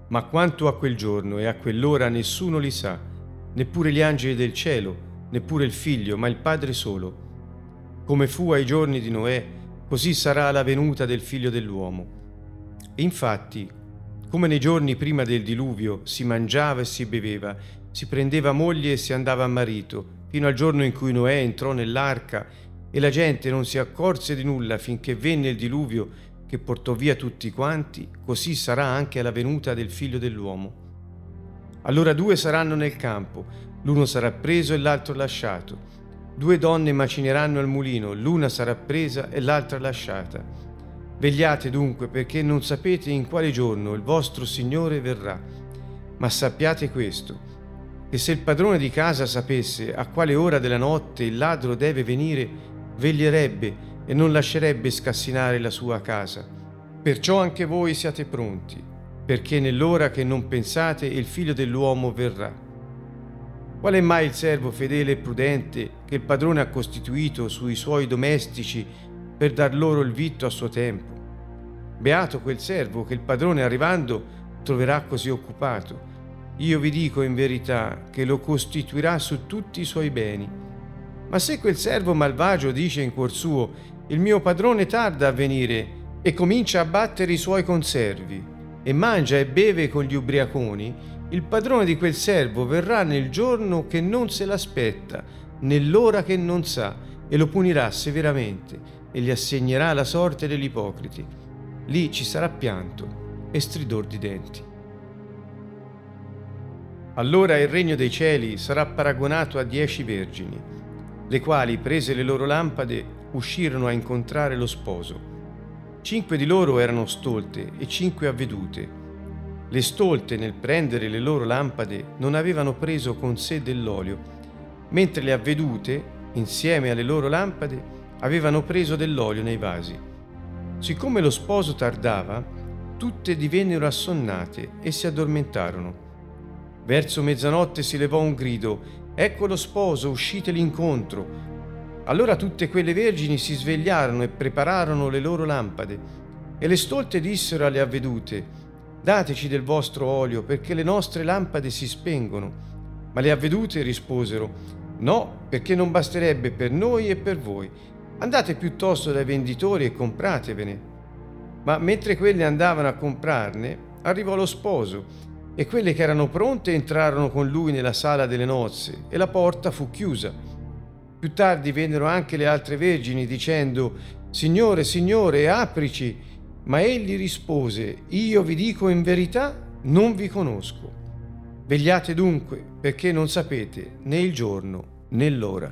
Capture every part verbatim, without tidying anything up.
Ma quanto a quel giorno e a quell'ora nessuno li sa, neppure gli angeli del cielo, neppure il Figlio, ma il Padre solo. Come fu ai giorni di Noè, così sarà la venuta del Figlio dell'uomo. Infatti, come nei giorni prima del diluvio si mangiava e si beveva, si prendeva moglie e si andava a marito, fino al giorno in cui Noè entrò nell'arca e la gente non si accorse di nulla finché venne il diluvio che portò via tutti quanti, così sarà anche alla venuta del Figlio dell'uomo. Allora due saranno nel campo, l'uno sarà preso e l'altro lasciato. Due donne macineranno al mulino, l'una sarà presa e l'altra lasciata. Vegliate dunque, perché non sapete in quale giorno il vostro Signore verrà. Ma sappiate questo, che se il padrone di casa sapesse a quale ora della notte il ladro deve venire, veglierebbe e non lascerebbe scassinare la sua casa. Perciò anche voi siate pronti, perché nell'ora che non pensate il Figlio dell'uomo verrà. Qual è mai il servo fedele e prudente che il padrone ha costituito sui suoi domestici per dar loro il vitto a suo tempo? Beato quel servo che il padrone arrivando troverà così occupato. Io vi dico in verità che lo costituirà su tutti i suoi beni. Ma se quel servo malvagio dice in cuor suo: il mio padrone tarda a venire, e comincia a battere i suoi conservi, e mangia e beve con gli ubriaconi, il padrone di quel servo verrà nel giorno che non se l'aspetta, nell'ora che non sa, e lo punirà severamente e gli assegnerà la sorte degli ipocriti. Lì ci sarà pianto e stridor di denti. Allora il regno dei cieli sarà paragonato a dieci vergini, le quali, prese le loro lampade, uscirono a incontrare lo sposo. Cinque di loro erano stolte e cinque avvedute. Le stolte, nel prendere le loro lampade, non avevano preso con sé dell'olio, mentre le avvedute, insieme alle loro lampade, avevano preso dell'olio nei vasi. Siccome lo sposo tardava, tutte divennero assonnate e si addormentarono. Verso mezzanotte si levò un grido: «Ecco lo sposo, usciteli incontro!» Allora tutte quelle vergini si svegliarono e prepararono le loro lampade. E le stolte dissero alle avvedute: «Dateci del vostro olio, perché le nostre lampade si spengono». Ma le avvedute risposero: «No, perché non basterebbe per noi e per voi. Andate piuttosto dai venditori e compratevene». Ma mentre quelle andavano a comprarne, arrivò lo sposo, e quelle che erano pronte entrarono con lui nella sala delle nozze, e la porta fu chiusa. Più tardi vennero anche le altre vergini, dicendo: «Signore, Signore, aprici!» Ma egli rispose: «Io vi dico in verità, non vi conosco. Vegliate dunque, perché non sapete né il giorno né l'ora».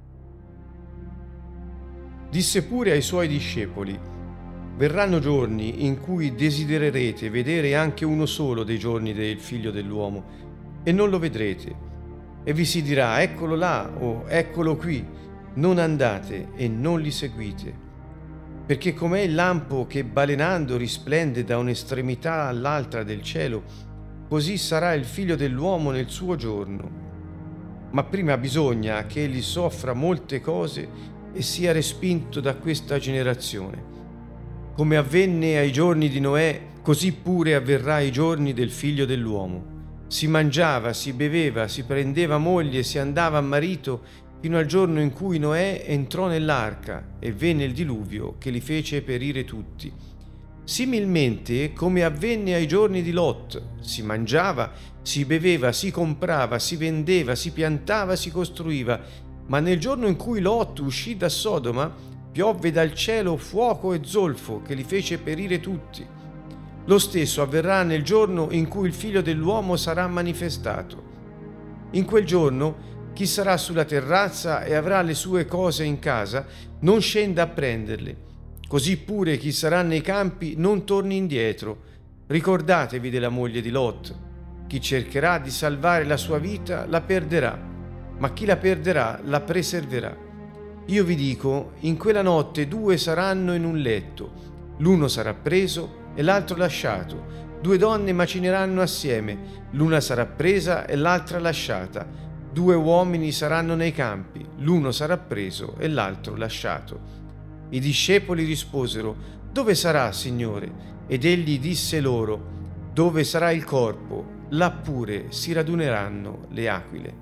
Disse pure ai suoi discepoli: «Verranno giorni in cui desidererete vedere anche uno solo dei giorni del Figlio dell'uomo, e non lo vedrete. E vi si dirà: eccolo là o eccolo qui, non andate e non li seguite. Perché com'è il lampo che balenando risplende da un'estremità all'altra del cielo, così sarà il Figlio dell'uomo nel suo giorno. Ma prima bisogna che egli soffra molte cose e sia respinto da questa generazione. Come avvenne ai giorni di Noè, così pure avverrà ai giorni del Figlio dell'uomo. Si mangiava, si beveva, si prendeva moglie, si andava a marito, fino al giorno in cui Noè entrò nell'arca e venne il diluvio che li fece perire tutti. Similmente, come avvenne ai giorni di Lot, si mangiava, si beveva, si comprava, si vendeva, si piantava, si costruiva, ma nel giorno in cui Lot uscì da Sodoma, piovve dal cielo fuoco e zolfo che li fece perire tutti. Lo stesso avverrà nel giorno in cui il Figlio dell'uomo sarà manifestato. In quel giorno chi sarà sulla terrazza e avrà le sue cose in casa, non scenda a prenderle. Così pure chi sarà nei campi non torni indietro. Ricordatevi della moglie di Lot. Chi cercherà di salvare la sua vita la perderà, ma chi la perderà la preserverà. Io vi dico, in quella notte due saranno in un letto, l'uno sarà preso e l'altro lasciato. Due donne macineranno assieme, l'una sarà presa e l'altra lasciata. Due uomini saranno nei campi, l'uno sarà preso e l'altro lasciato. I discepoli risposero: «Dove sarà, Signore?» Ed egli disse loro: Dove sarà il corpo, là pure si raduneranno le aquile.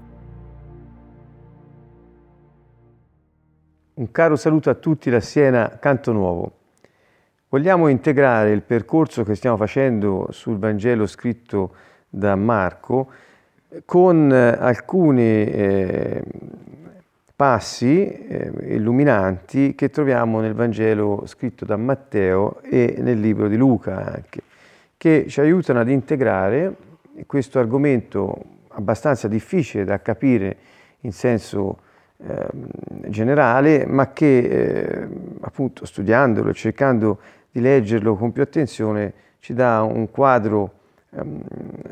Un caro saluto a tutti da Siena, Canto Nuovo. Vogliamo integrare il percorso che stiamo facendo sul Vangelo scritto da Marco con alcuni eh, passi eh, illuminanti che troviamo nel Vangelo scritto da Matteo e nel libro di Luca anche, che ci aiutano ad integrare questo argomento abbastanza difficile da capire in senso eh, generale, ma che eh, appunto studiandolo e cercando di leggerlo con più attenzione ci dà un quadro ehm,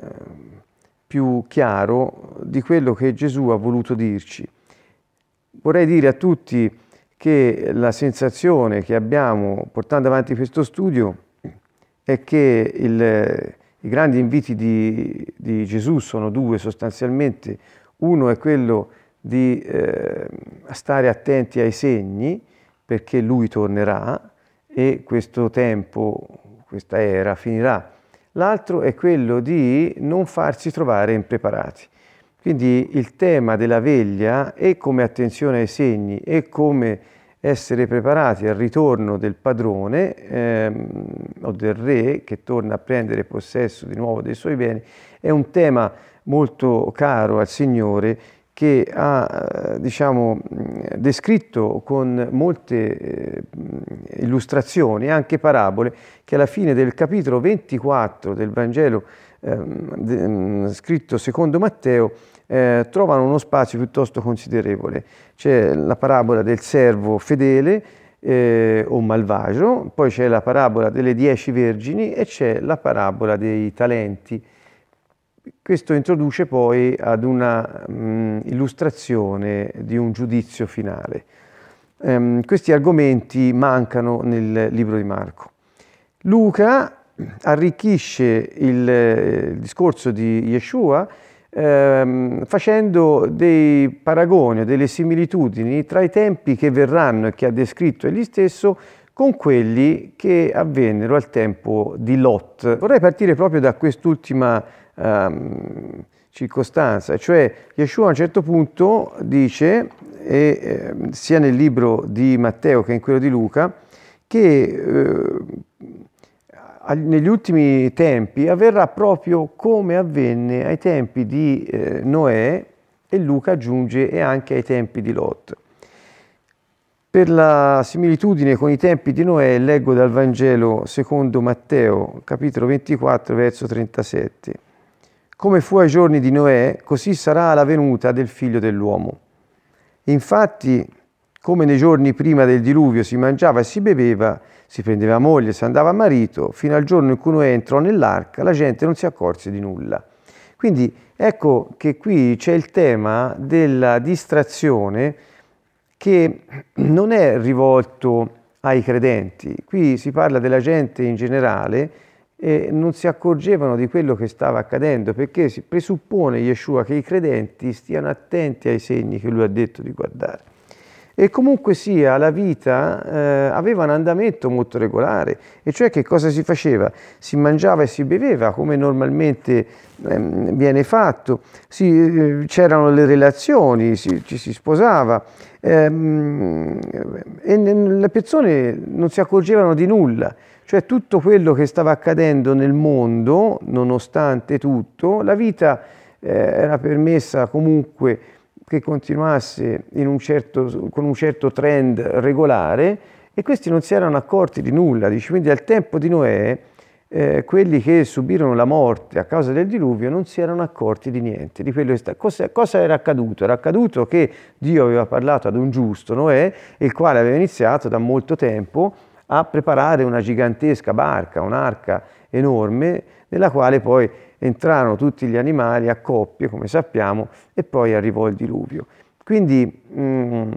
più chiaro di quello che Gesù ha voluto dirci. Vorrei dire a tutti che la sensazione che abbiamo portando avanti questo studio è che il, i grandi inviti di, di Gesù sono due sostanzialmente. Uno è quello di eh, stare attenti ai segni, perché Lui tornerà e questo tempo, questa era finirà. L'altro è quello di non farsi trovare impreparati. Quindi il tema della veglia e come attenzione ai segni e come essere preparati al ritorno del padrone ehm, o del re che torna a prendere possesso di nuovo dei suoi beni è un tema molto caro al Signore, che ha diciamo descritto con molte eh, illustrazioni, anche parabole, che alla fine del capitolo ventiquattro del Vangelo eh, de, scritto secondo Matteo eh, trovano uno spazio piuttosto considerevole. C'è la parabola del servo fedele eh, o malvagio, poi c'è la parabola delle dieci vergini e c'è la parabola dei talenti. Questo introduce poi ad una um, illustrazione di un giudizio finale. Um, questi argomenti mancano nel libro di Marco. Luca arricchisce il, il discorso di Yeshua um, facendo dei paragoni, delle similitudini tra i tempi che verranno e che ha descritto egli stesso con quelli che avvennero al tempo di Lot. Vorrei partire proprio da quest'ultima Um, circostanza, cioè Yeshua a un certo punto dice, e, eh, sia nel libro di Matteo che in quello di Luca, che eh, negli ultimi tempi avverrà proprio come avvenne ai tempi di eh, Noè, e Luca aggiunge e anche ai tempi di Lot. Per la similitudine con i tempi di Noè leggo dal Vangelo secondo Matteo, capitolo ventiquattro, verso trentasette. Come fu ai giorni di Noè, così sarà la venuta del Figlio dell'uomo. Infatti, come nei giorni prima del diluvio si mangiava e si beveva, si prendeva moglie, si andava a marito, fino al giorno in cui Noè entrò nell'arca, la gente non si accorse di nulla. Quindi ecco che qui c'è il tema della distrazione che non è rivolto ai credenti. Qui si parla della gente in generale e non si accorgevano di quello che stava accadendo, perché si presuppone Yeshua che i credenti stiano attenti ai segni che lui ha detto di guardare. E comunque sia, la vita eh, aveva un andamento molto regolare, e cioè che cosa si faceva? Si mangiava e si beveva come normalmente eh, viene fatto, si, eh, c'erano le relazioni, si, ci si sposava ehm, e le persone non si accorgevano di nulla. Cioè tutto quello che stava accadendo nel mondo, nonostante tutto, la vita eh, era permessa comunque che continuasse in un certo, con un certo trend regolare, e questi non si erano accorti di nulla. Dice, quindi al tempo di Noè eh, quelli che subirono la morte a causa del diluvio non si erano accorti di niente, di quello che sta... cosa, cosa era accaduto? Era accaduto che Dio aveva parlato ad un giusto, Noè, il quale aveva iniziato da molto tempo a preparare una gigantesca barca, un'arca enorme, nella quale poi entrarono tutti gli animali a coppie, come sappiamo, e poi arrivò il diluvio. Quindi, mh,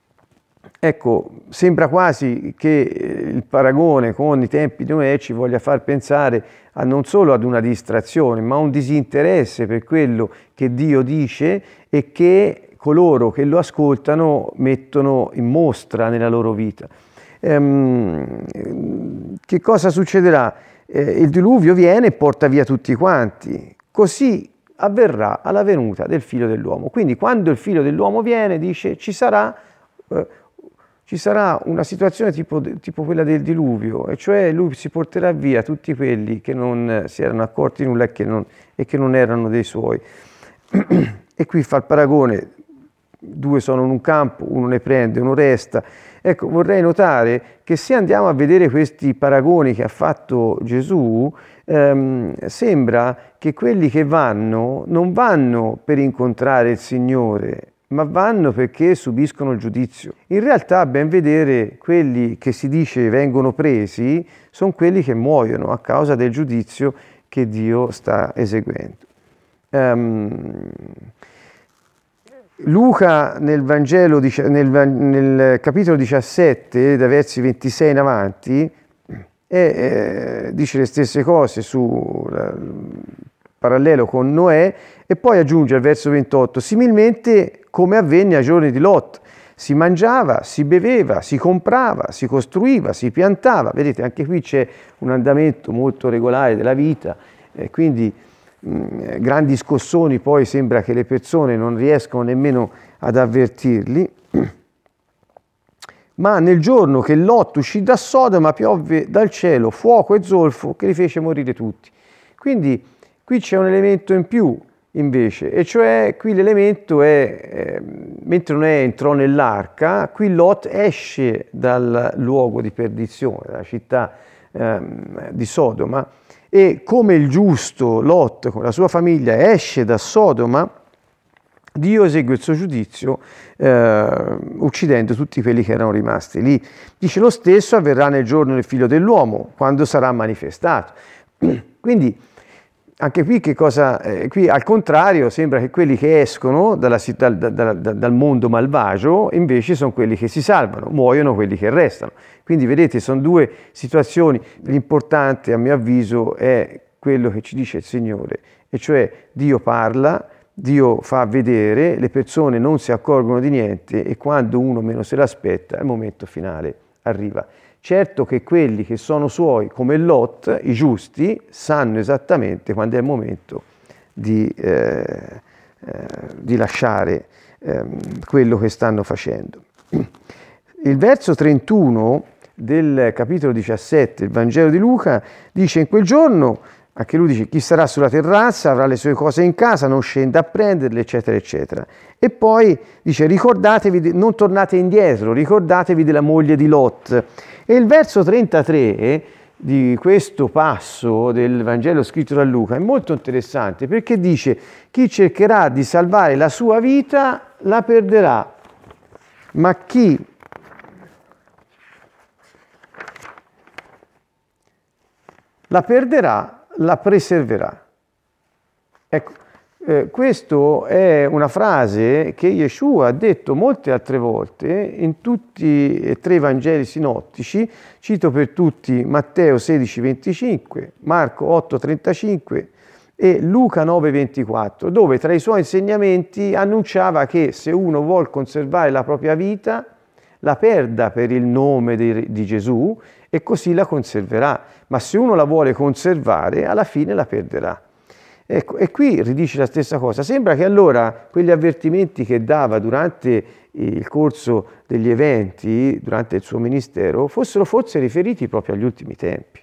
ecco, sembra quasi che il paragone con i tempi di Noè ci voglia far pensare a non solo ad una distrazione, ma a un disinteresse per quello che Dio dice e che coloro che lo ascoltano mettono in mostra nella loro vita. Ehm, che cosa succederà? eh, il diluvio viene e porta via tutti quanti. Così avverrà alla venuta del Figlio dell'uomo. Quindi quando il Figlio dell'uomo viene, dice, ci sarà, eh, ci sarà una situazione tipo, tipo quella del diluvio, e cioè lui si porterà via tutti quelli che non si erano accorti di nulla e che non, e che non erano dei suoi. E qui fa il paragone, due sono in un campo, uno ne prende, uno resta. Ecco, vorrei notare che se andiamo a vedere questi paragoni che ha fatto Gesù, ehm, sembra che quelli che vanno non vanno per incontrare il Signore, ma vanno perché subiscono il giudizio. In realtà, a ben vedere, quelli che si dice vengono presi sono quelli che muoiono a causa del giudizio che Dio sta eseguendo. Um, Luca nel Vangelo, nel, nel capitolo diciassette, da versi ventisei in avanti, eh, eh, dice le stesse cose su la, parallelo con Noè, e poi aggiunge al verso ventotto, similmente come avvenne ai giorni di Lot, si mangiava, si beveva, si comprava, si costruiva, si piantava. Vedete, anche qui c'è un andamento molto regolare della vita, eh, quindi mh, grandi scossoni, poi sembra che le persone non riescono nemmeno ad avvertirli. Ma nel giorno che Lot uscì da Sodoma piovve dal cielo fuoco e zolfo che li fece morire tutti. Quindi qui c'è un elemento in più invece, e cioè qui l'elemento è, eh, mentre Noè entrò nell'arca, qui Lot esce dal luogo di perdizione, dalla città eh, di Sodoma, e come il giusto Lot con la sua famiglia esce da Sodoma, Dio esegue il suo giudizio eh, uccidendo tutti quelli che erano rimasti lì. Dice lo stesso avverrà nel giorno del Figlio dell'uomo, quando sarà manifestato. Quindi anche qui che cosa? Eh, qui al contrario sembra che quelli che escono dalla, dal, dal, dal mondo malvagio invece sono quelli che si salvano, muoiono quelli che restano. Quindi vedete, sono due situazioni. L'importante a mio avviso è quello che ci dice il Signore, e cioè Dio parla, Dio fa vedere, le persone non si accorgono di niente e quando uno meno se l'aspetta il momento finale arriva. Certo che quelli che sono suoi, come Lot, i giusti, sanno esattamente quando è il momento di, eh, eh, di lasciare eh, quello che stanno facendo. Il verso trentuno del capitolo diciassette, il Vangelo di Luca, dice: in quel giorno, anche lui dice, chi sarà sulla terrazza avrà le sue cose in casa, non scenda a prenderle, eccetera, eccetera. E poi dice, ricordatevi, non tornate indietro, ricordatevi della moglie di Lot. E il verso trentatré di questo passo del Vangelo scritto da Luca è molto interessante, perché dice, chi cercherà di salvare la sua vita la perderà, ma chi la perderà la preserverà. Ecco, eh, questa è una frase che Yeshua ha detto molte altre volte in tutti e tre i Vangeli sinottici. Cito per tutti Matteo sedici venticinque, Marco otto trentacinque e Luca nove ventiquattro, dove tra i suoi insegnamenti annunciava che se uno vuol conservare la propria vita, la perda per il nome di, di Gesù e così la conserverà, ma se uno la vuole conservare, alla fine la perderà. Ecco, e qui ridice la stessa cosa. Sembra che allora quegli avvertimenti che dava durante il corso degli eventi, durante il suo ministero, fossero forse riferiti proprio agli ultimi tempi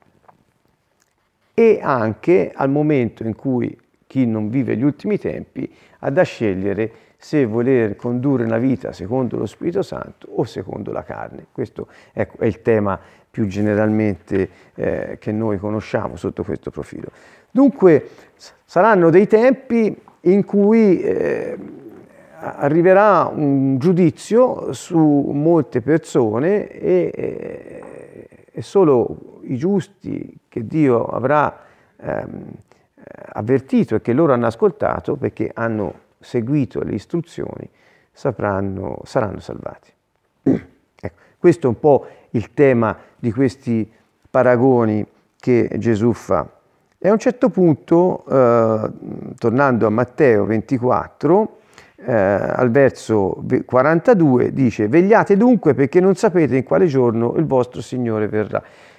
e anche al momento in cui chi non vive gli ultimi tempi ha da scegliere se voler condurre una vita secondo lo Spirito Santo o secondo la carne. Questo ecco, è il tema più generalmente eh, che noi conosciamo sotto questo profilo. Dunque saranno dei tempi in cui eh, arriverà un giudizio su molte persone e, e, e solo i giusti che Dio avrà ehm, avvertito e che loro hanno ascoltato perché hanno seguito le istruzioni sapranno, saranno salvati. Ecco, questo è un po' il tema di questi paragoni che Gesù fa. E a un certo punto, eh, tornando a Matteo ventiquattro, eh, al verso quarantadue, dice: vegliate dunque perché non sapete in quale giorno il vostro Signore verrà.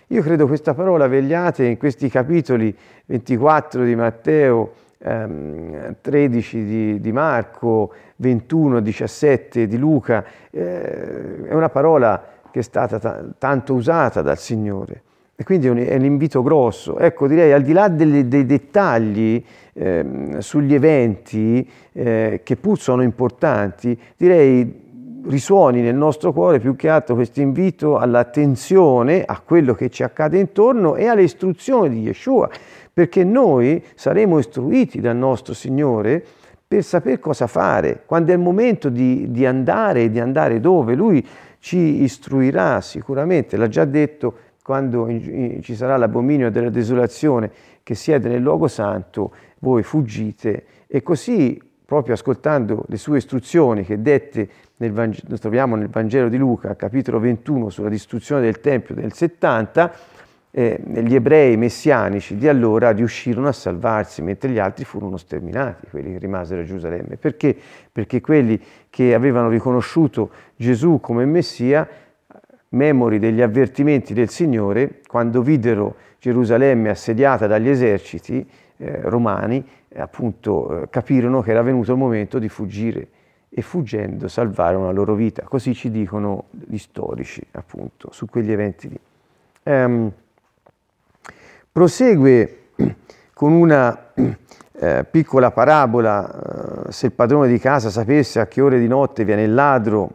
Io credo questa parola vegliate in questi capitoli ventiquattro di Matteo, ehm, tredici di, di Marco, ventuno, diciassette di Luca, eh, è una parola che è stata t- tanto usata dal Signore. E quindi è un, è un invito grosso. Ecco, direi, al di là delle, dei dettagli ehm, sugli eventi, eh, che pur sono importanti, direi risuoni nel nostro cuore più che altro questo invito all'attenzione a quello che ci accade intorno e alle istruzioni di Yeshua, perché noi saremo istruiti dal nostro Signore per sapere cosa fare, quando è il momento di, di andare e di andare dove. Lui ci istruirà sicuramente, l'ha già detto, quando in, in, ci sarà l'abominio della desolazione che siede nel luogo santo, voi fuggite. E così, proprio ascoltando le sue istruzioni che dette nel Vangelo, troviamo nel Vangelo di Luca, capitolo ventuno, sulla distruzione del Tempio del settanta, eh, gli ebrei messianici di allora riuscirono a salvarsi, mentre gli altri furono sterminati, quelli che rimasero a Gerusalemme. Perché? Perché quelli che avevano riconosciuto Gesù come Messia, memori degli avvertimenti del Signore, quando videro Gerusalemme assediata dagli eserciti eh, romani, eh, appunto eh, capirono che era venuto il momento di fuggire, e fuggendo salvarono la loro vita. Così ci dicono gli storici, appunto, su quegli eventi lì. Ehm, prosegue con una eh, piccola parabola. Eh, se il padrone di casa sapesse a che ore di notte viene il ladro,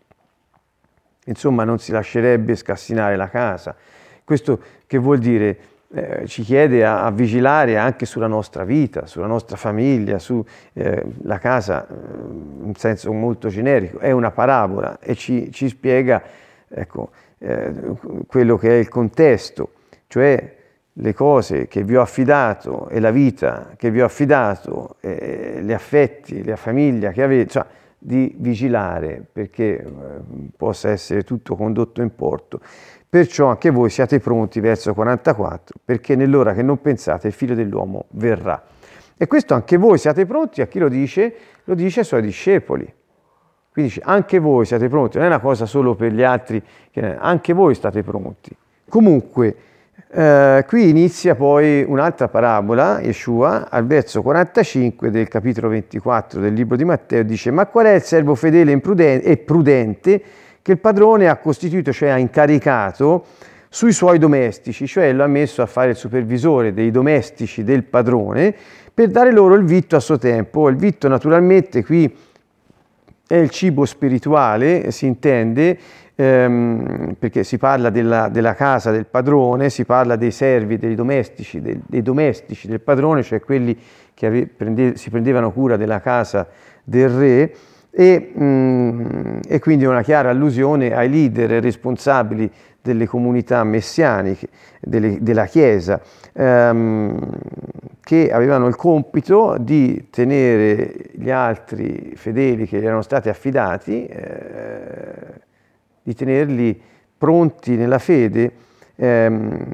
insomma, non si lascerebbe scassinare la casa. Questo che vuol dire? Eh, ci chiede a, a vigilare anche sulla nostra vita, sulla nostra famiglia, su eh, la casa, eh, in senso molto generico. È una parabola e ci, ci spiega, ecco, eh, quello che è il contesto, cioè le cose che vi ho affidato e la vita che vi ho affidato, eh, gli affetti, la famiglia che avete, cioè, di vigilare perché eh, possa essere tutto condotto in porto. Perciò anche voi siate pronti, verso quarantaquattro, perché nell'ora che non pensate il Figlio dell'uomo verrà. E questo anche voi siate pronti, a chi lo dice? Lo dice ai suoi discepoli. Quindi dice, anche voi siate pronti, non è una cosa solo per gli altri, anche voi state pronti. Comunque, eh, qui inizia poi un'altra parabola, Yeshua, al verso quarantacinque del capitolo ventiquattro del libro di Matteo, dice: ma qual è il servo fedele e prudente che il padrone ha costituito, cioè ha incaricato, sui suoi domestici, cioè lo ha messo a fare il supervisore dei domestici del padrone, per dare loro il vitto a suo tempo. Il vitto naturalmente qui è il cibo spirituale, si intende, ehm, perché si parla della, della casa del padrone, si parla dei servi, dei domestici, dei, dei domestici del padrone, cioè quelli che ave, prende, si prendevano cura della casa del re. E, mm, e quindi una chiara allusione ai leader responsabili delle comunità messianiche, delle, della Chiesa, ehm, che avevano il compito di tenere gli altri fedeli che gli erano stati affidati, eh, di tenerli pronti nella fede, ehm,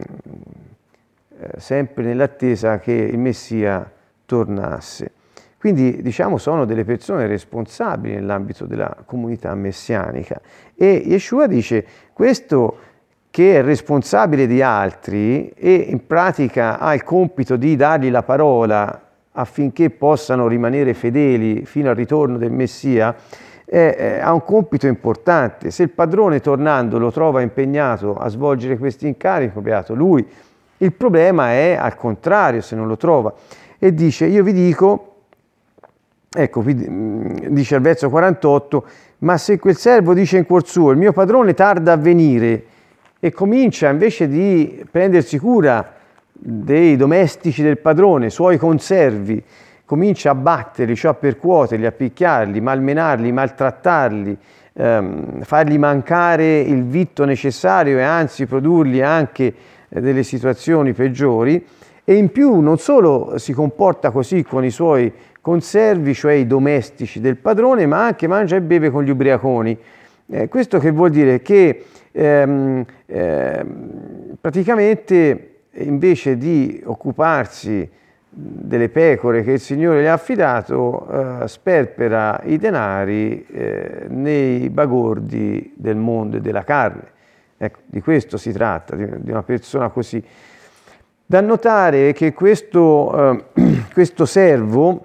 sempre nell'attesa che il Messia tornasse. Quindi, diciamo, sono delle persone responsabili nell'ambito della comunità messianica. E Yeshua dice, questo che è responsabile di altri e in pratica ha il compito di dargli la parola affinché possano rimanere fedeli fino al ritorno del Messia, eh, eh, ha un compito importante. Se il padrone, tornando, lo trova impegnato a svolgere questo incarico, beato lui. Il problema è al contrario, se non lo trova. E dice, io vi dico, ecco, dice al verso quarantotto, ma se quel servo dice in cuor suo, il mio padrone tarda a venire, e comincia invece di prendersi cura dei domestici del padrone, suoi conservi, comincia a batterli, cioè a percuoterli, a picchiarli, malmenarli, maltrattarli, ehm, fargli mancare il vitto necessario e anzi produrgli anche eh, delle situazioni peggiori, e in più non solo si comporta così con i suoi conservi, cioè i domestici del padrone, ma anche mangia e beve con gli ubriaconi. Eh, questo che vuol dire? Che ehm, ehm, praticamente invece di occuparsi delle pecore che il Signore gli ha affidato, eh, sperpera i denari eh, nei bagordi del mondo e della carne. Ecco, di questo si tratta, di, di una persona così. Da notare che questo, eh, questo servo,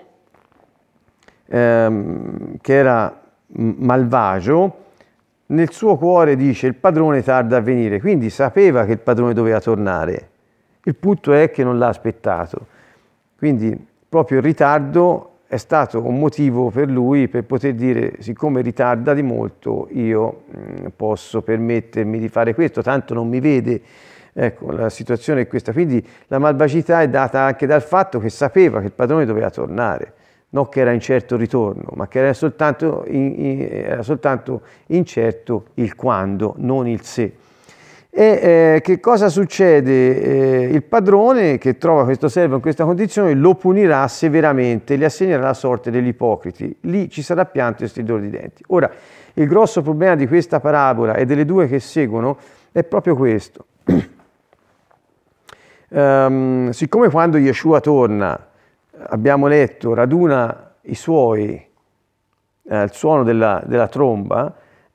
ehm, che era malvagio, nel suo cuore dice: il padrone tarda a venire, quindi sapeva che il padrone doveva tornare. Il punto è che non l'ha aspettato. Quindi proprio il ritardo è stato un motivo per lui per poter dire: siccome ritarda di molto, io mh, posso permettermi di fare questo, tanto non mi vede. Ecco, la situazione è questa. Quindi la malvagità è data anche dal fatto che sapeva che il padrone doveva tornare, non che era incerto il ritorno, ma che era soltanto, in, in, era soltanto incerto il quando, non il se. E eh, che cosa succede? Eh, il padrone, che trova questo servo in questa condizione, lo punirà severamente, gli assegnerà la sorte degli ipocriti. Lì ci sarà pianto e stridore di denti. Ora, il grosso problema di questa parabola e delle due che seguono è proprio questo. Um, siccome quando Yeshua torna, abbiamo letto, raduna i suoi eh, al suono della, della tromba,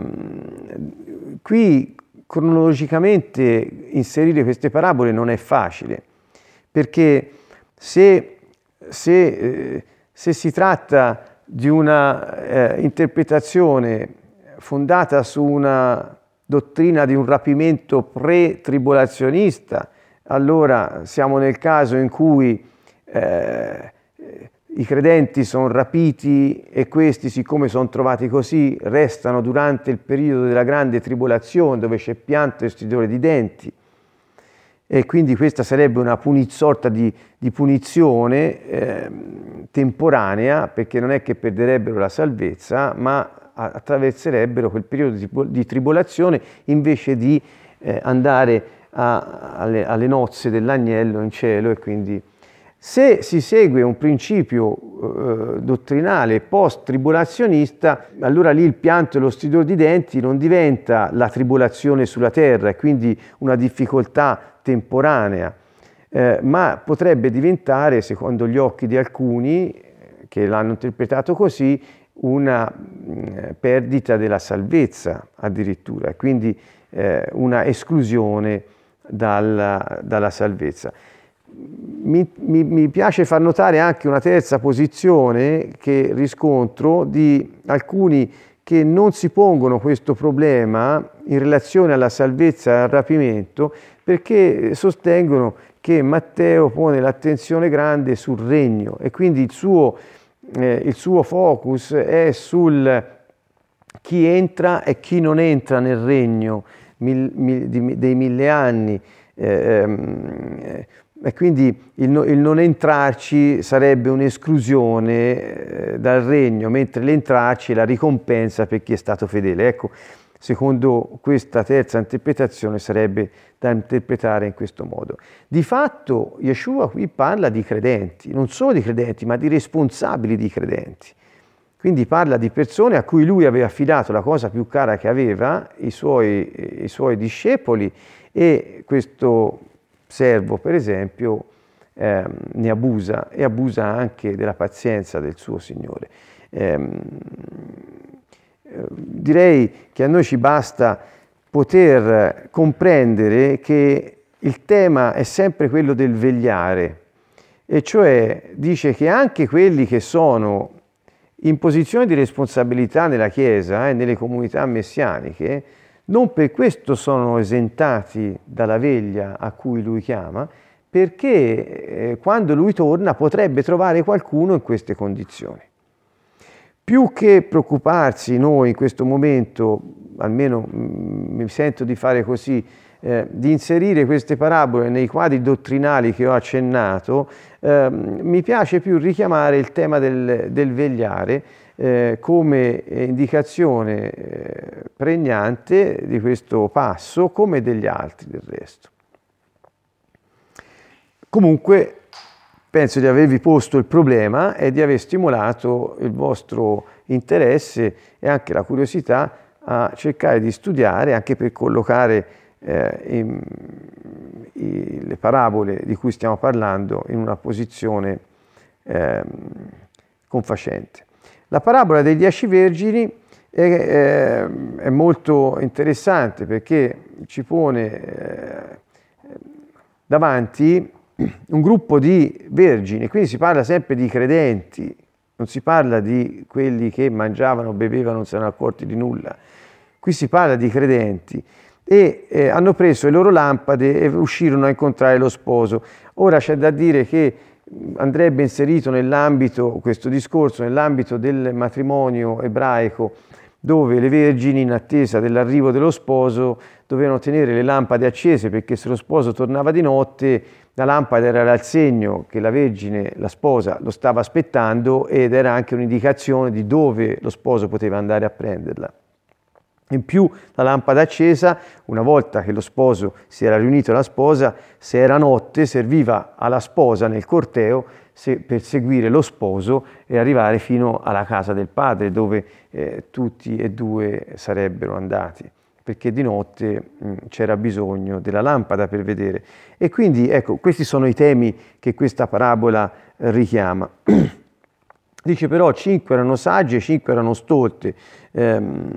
um, qui cronologicamente inserire queste parabole non è facile, perché se, se, eh, se si tratta di una eh, interpretazione fondata su una dottrina di un rapimento pre-tribolazionista, allora siamo nel caso in cui eh, i credenti sono rapiti e questi, siccome sono trovati così, restano durante il periodo della grande tribolazione, dove c'è pianto e stridore di denti, e quindi questa sarebbe una puni- sorta di, di punizione eh, temporanea, perché non è che perderebbero la salvezza, ma attraverserebbero quel periodo di, di tribolazione invece di eh, andare a, alle, alle nozze dell'agnello in cielo. E quindi, se si segue un principio eh, dottrinale post-tribulazionista, allora lì il pianto e lo stridore di denti non diventa la tribolazione sulla terra e quindi una difficoltà temporanea, eh, ma potrebbe diventare, secondo gli occhi di alcuni che l'hanno interpretato così, una mh, perdita della salvezza addirittura, quindi eh, una esclusione dalla, dalla salvezza. Mi, mi, mi piace far notare anche una terza posizione che riscontro di alcuni che non si pongono questo problema in relazione alla salvezza e al rapimento, perché sostengono che Matteo pone l'attenzione grande sul regno e quindi il suo, eh, il suo focus è sul chi entra e chi non entra nel regno mil, mil, di, dei mille anni. Eh, E quindi il, no, il non entrarci sarebbe un'esclusione eh, dal regno, mentre l'entrarci è la ricompensa per chi è stato fedele. Ecco, secondo questa terza interpretazione sarebbe da interpretare in questo modo. Di fatto Yeshua qui parla di credenti, non solo di credenti, ma di responsabili di credenti. Quindi parla di persone a cui lui aveva affidato la cosa più cara che aveva, i suoi, i suoi discepoli, e questo servo, per esempio, eh, ne abusa e abusa anche della pazienza del suo Signore. Eh, direi che a noi ci basta poter comprendere che il tema è sempre quello del vegliare, e cioè dice che anche quelli che sono in posizione di responsabilità nella Chiesa e eh, nelle comunità messianiche, non per questo sono esentati dalla veglia a cui lui chiama, perché eh, quando lui torna potrebbe trovare qualcuno in queste condizioni. Più che preoccuparsi noi in questo momento, almeno mh, mi sento di fare così, eh, di inserire queste parabole nei quadri dottrinali che ho accennato, eh, mi piace più richiamare il tema del, del vegliare, Eh, come indicazione eh, pregnante di questo passo, come degli altri del resto. Comunque penso di avervi posto il problema e di aver stimolato il vostro interesse e anche la curiosità a cercare di studiare, anche per collocare eh, in, i, le parabole di cui stiamo parlando in una posizione eh, confacente. La parabola dei dieci vergini E, eh, è molto interessante perché ci pone eh, davanti un gruppo di vergini, quindi si parla sempre di credenti, non si parla di quelli che mangiavano, bevevano, non si erano accorti di nulla. Qui si parla di credenti e eh, hanno preso le loro lampade e uscirono a incontrare lo sposo. Ora c'è da dire che andrebbe inserito nell'ambito, questo discorso, nell'ambito del matrimonio ebraico, dove le vergini, in attesa dell'arrivo dello sposo, dovevano tenere le lampade accese, perché se lo sposo tornava di notte, la lampada era il segno che la vergine, la sposa, lo stava aspettando, ed era anche un'indicazione di dove lo sposo poteva andare a prenderla. In più, la lampada accesa, una volta che lo sposo si era riunito alla sposa, se era notte, serviva alla sposa nel corteo se, per seguire lo sposo e arrivare fino alla casa del padre, dove eh, tutti e due sarebbero andati, perché di notte mh, c'era bisogno della lampada per vedere. E quindi, ecco, questi sono i temi che questa parabola eh, richiama. Dice però cinque erano sagge e cinque erano stolte, ehm,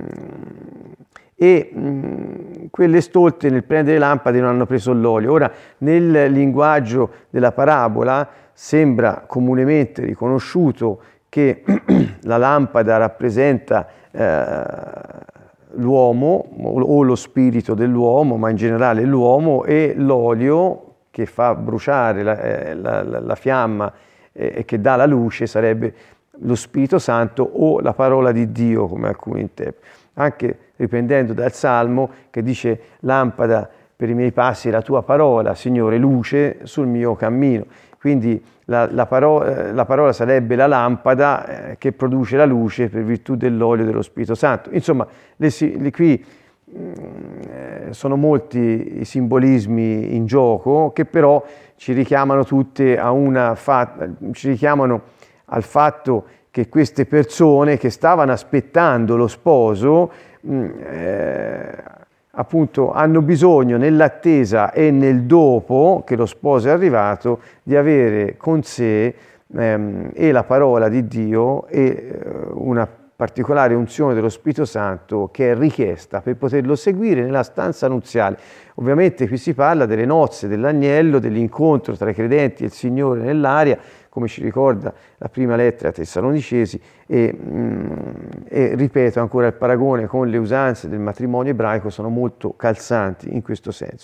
e mh, quelle stolte nel prendere le lampade non hanno preso l'olio. Ora, nel linguaggio della parabola sembra comunemente riconosciuto che la lampada rappresenta eh, l'uomo o lo spirito dell'uomo, ma in generale l'uomo, e l'olio che fa bruciare la, eh, la, la, la fiamma e che dà la luce sarebbe lo Spirito Santo o la parola di Dio, come alcuni interpretano, anche riprendendo dal Salmo che dice: lampada per i miei passi la tua parola, Signore, luce sul mio cammino. Quindi la, la, parola, la parola sarebbe la lampada eh, che produce la luce per virtù dell'olio dello Spirito Santo. Insomma, le, le, qui mh, sono molti i simbolismi in gioco, che però ci richiamano tutte a una fa- ci richiamano al fatto che queste persone che stavano aspettando lo sposo mh, eh, appunto hanno bisogno, nell'attesa e nel dopo che lo sposo è arrivato, di avere con sé ehm, e la parola di Dio e eh, una particolare unzione dello Spirito Santo che è richiesta per poterlo seguire nella stanza nuziale. Ovviamente qui si parla delle nozze dell'agnello, dell'incontro tra i credenti e il Signore nell'aria, come ci ricorda la prima lettera ai Tessalonicesi, e, mm, e ripeto ancora, il paragone con le usanze del matrimonio ebraico sono molto calzanti in questo senso.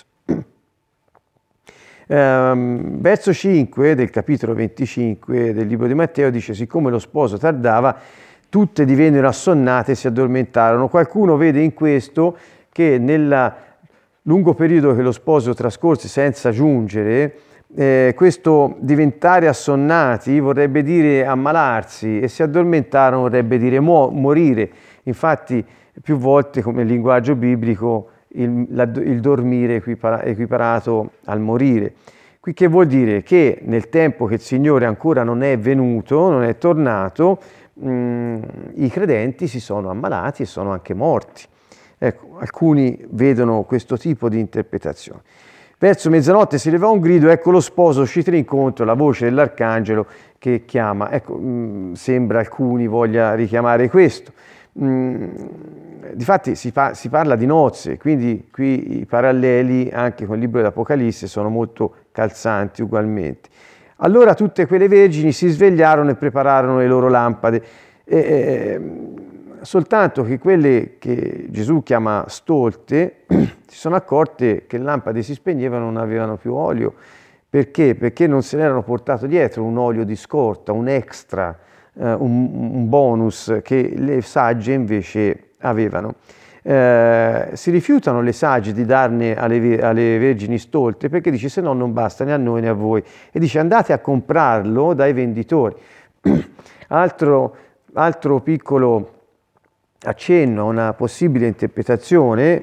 Um, verso cinque del capitolo venticinque del libro di Matteo dice: siccome lo sposo tardava, tutte divennero assonnate e si addormentarono. Qualcuno vede in questo che nel lungo periodo che lo sposo trascorse senza giungere, eh, questo diventare assonnati vorrebbe dire ammalarsi, e si addormentarono vorrebbe dire mu- morire. Infatti più volte, come il linguaggio biblico, il, la, il dormire è equipara, equiparato al morire. Qui che vuol dire? Che nel tempo che il Signore ancora non è venuto, non è tornato, mh, i credenti si sono ammalati e sono anche morti. Ecco, alcuni vedono questo tipo di interpretazione. Verso mezzanotte si levò un grido, ecco lo sposo uscito incontro, la voce dell'arcangelo che chiama. Ecco, mh, sembra alcuni voglia richiamare questo. Mh, difatti si, fa, si parla di nozze, quindi qui i paralleli anche con il libro dell'Apocalisse sono molto calzanti ugualmente. Allora tutte quelle vergini si svegliarono e prepararono le loro lampade. E, e, soltanto che quelle che Gesù chiama stolte si sono accorte che le lampade si spegnevano, non avevano più olio. Perché? Perché non se n'erano portato dietro un olio di scorta, un extra, eh, un, un bonus che le sagge invece avevano. Eh, si rifiutano le sagge di darne alle, alle vergini stolte, perché dice: se no non basta né a noi né a voi, e dice: andate a comprarlo dai venditori. altro, altro piccolo accenno a una possibile interpretazione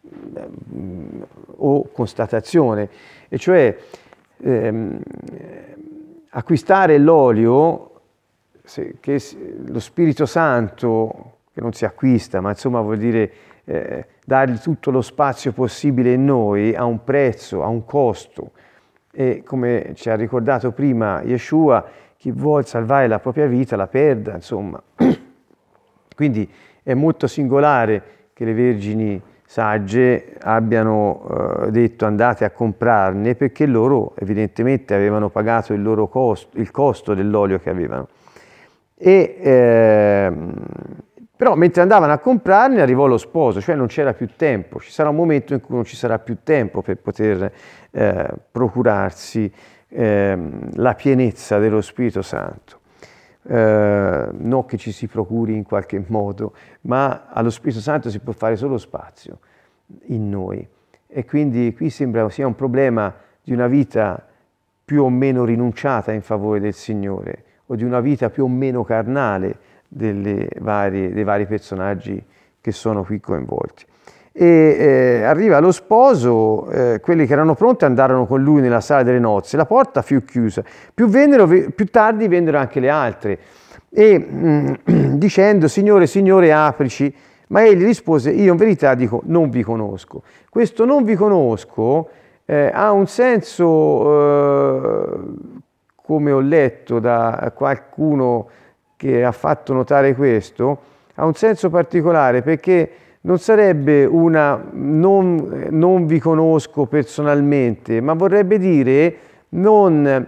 mh, o constatazione, e cioè ehm, acquistare l'olio, se, che lo Spirito Santo, che non si acquista, ma insomma vuol dire eh, dargli tutto lo spazio possibile in noi, a un prezzo, a un costo. E come ci ha ricordato prima Yeshua, chi vuol salvare la propria vita la perda, insomma. Quindi È molto singolare che le vergini sagge abbiano eh, detto andate a comprarne, perché loro evidentemente avevano pagato il loro costo, il costo dell'olio che avevano. E, eh, però mentre andavano a comprarne arrivò lo sposo, cioè non c'era più tempo, ci sarà un momento in cui non ci sarà più tempo per poter eh, procurarsi eh, la pienezza dello Spirito Santo. Eh, non che ci si procuri in qualche modo, ma allo Spirito Santo si può fare solo spazio in noi, e quindi qui sembra sia un problema di una vita più o meno rinunciata in favore del Signore, o di una vita più o meno carnale delle varie, dei vari personaggi che sono qui coinvolti. E eh, arriva lo sposo, eh, quelli che erano pronti andarono con lui nella sala delle nozze, la porta fu chiusa, più, vennero, più tardi vennero anche le altre, e mh, dicendo Signore, Signore, aprici, ma egli rispose, io in verità dico non vi conosco. Questo non vi conosco eh, ha un senso, eh, come ho letto da qualcuno che ha fatto notare questo, ha un senso particolare, perché non sarebbe una non, non vi conosco personalmente, ma vorrebbe dire non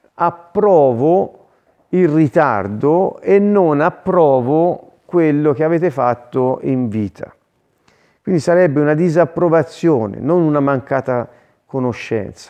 approvo il ritardo e non approvo quello che avete fatto in vita. Quindi sarebbe una disapprovazione, non una mancata conoscenza.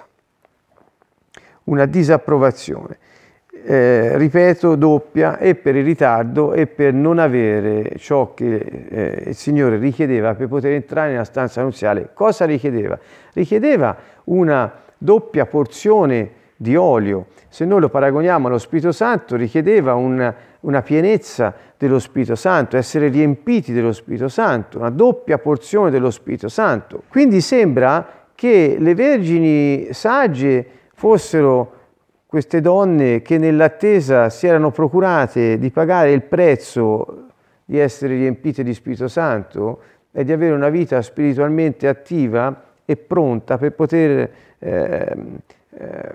Una disapprovazione. Eh, ripeto, doppia, e per il ritardo e per non avere ciò che eh, il Signore richiedeva per poter entrare nella stanza nuziale. Cosa richiedeva? Richiedeva una doppia porzione di olio. Se noi lo paragoniamo allo Spirito Santo, richiedeva una, una pienezza dello Spirito Santo, essere riempiti dello Spirito Santo, una doppia porzione dello Spirito Santo. Quindi sembra che le vergini sagge fossero queste donne che nell'attesa si erano procurate di pagare il prezzo di essere riempite di Spirito Santo e di avere una vita spiritualmente attiva e pronta per poter eh, eh,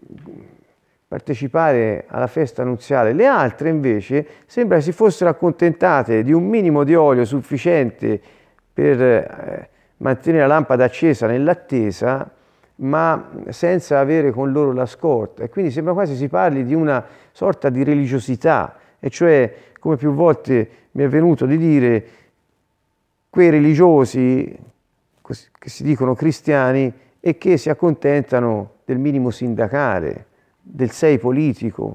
partecipare alla festa nuziale. Le altre invece sembra che si fossero accontentate di un minimo di olio sufficiente per eh, mantenere la lampada accesa nell'attesa, ma senza avere con loro la scorta, e quindi sembra quasi si parli di una sorta di religiosità, e cioè, come più volte mi è venuto di dire, quei religiosi che si dicono cristiani e che si accontentano del minimo sindacale, del sei politico,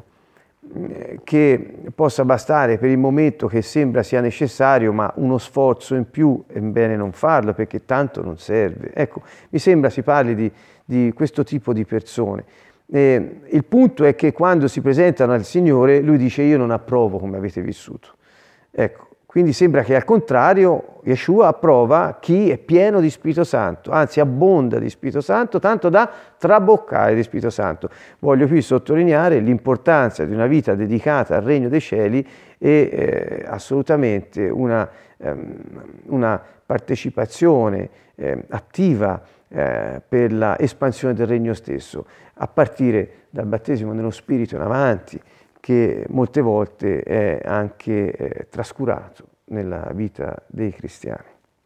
che possa bastare per il momento, che sembra sia necessario, ma uno sforzo in più è bene non farlo perché tanto non serve. Ecco, mi sembra si parli di, di questo tipo di persone. Eh, il punto è che quando si presentano al Signore, Lui dice io non approvo come avete vissuto. Ecco, quindi sembra che al contrario Yeshua approva chi è pieno di Spirito Santo, anzi abbonda di Spirito Santo, tanto da traboccare di Spirito Santo. Voglio qui sottolineare l'importanza di una vita dedicata al Regno dei Cieli e eh, assolutamente una, ehm, una partecipazione eh, attiva eh, per l'espansione del Regno stesso, a partire dal battesimo nello Spirito in avanti, che molte volte è anche eh, trascurato nella vita dei cristiani.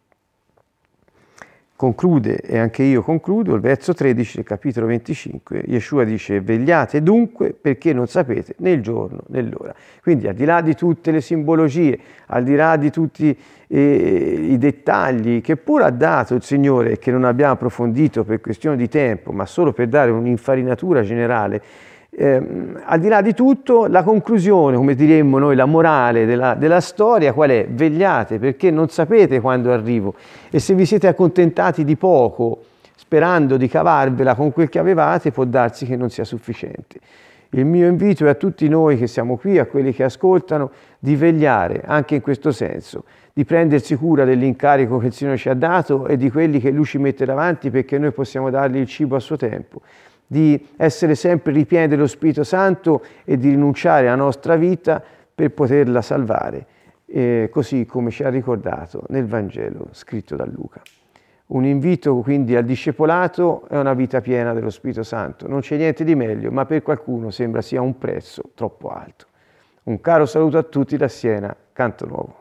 Conclude, e anche io concludo, il verso tredici del capitolo venticinque, Yeshua dice vegliate dunque perché non sapete né il giorno né l'ora. Quindi al di là di tutte le simbologie, al di là di tutti eh, i dettagli che pure ha dato il Signore e che non abbiamo approfondito per questione di tempo, ma solo per dare un'infarinatura generale, Eh, al di là di tutto, la conclusione, come diremmo noi, la morale della, della storia qual è? Vegliate perché non sapete quando arrivo, e se vi siete accontentati di poco sperando di cavarvela con quel che avevate, può darsi che non sia sufficiente. Il mio invito è a tutti noi che siamo qui, a quelli che ascoltano, di vegliare anche in questo senso, di prendersi cura dell'incarico che il Signore ci ha dato e di quelli che Lui ci mette davanti perché noi possiamo dargli il cibo a suo tempo, di essere sempre ripieni dello Spirito Santo e di rinunciare alla nostra vita per poterla salvare, eh, così come ci ha ricordato nel Vangelo scritto da Luca. Un invito quindi al discepolato è una vita piena dello Spirito Santo. Non c'è niente di meglio, ma per qualcuno sembra sia un prezzo troppo alto. Un caro saluto a tutti da Siena, Canto Nuovo.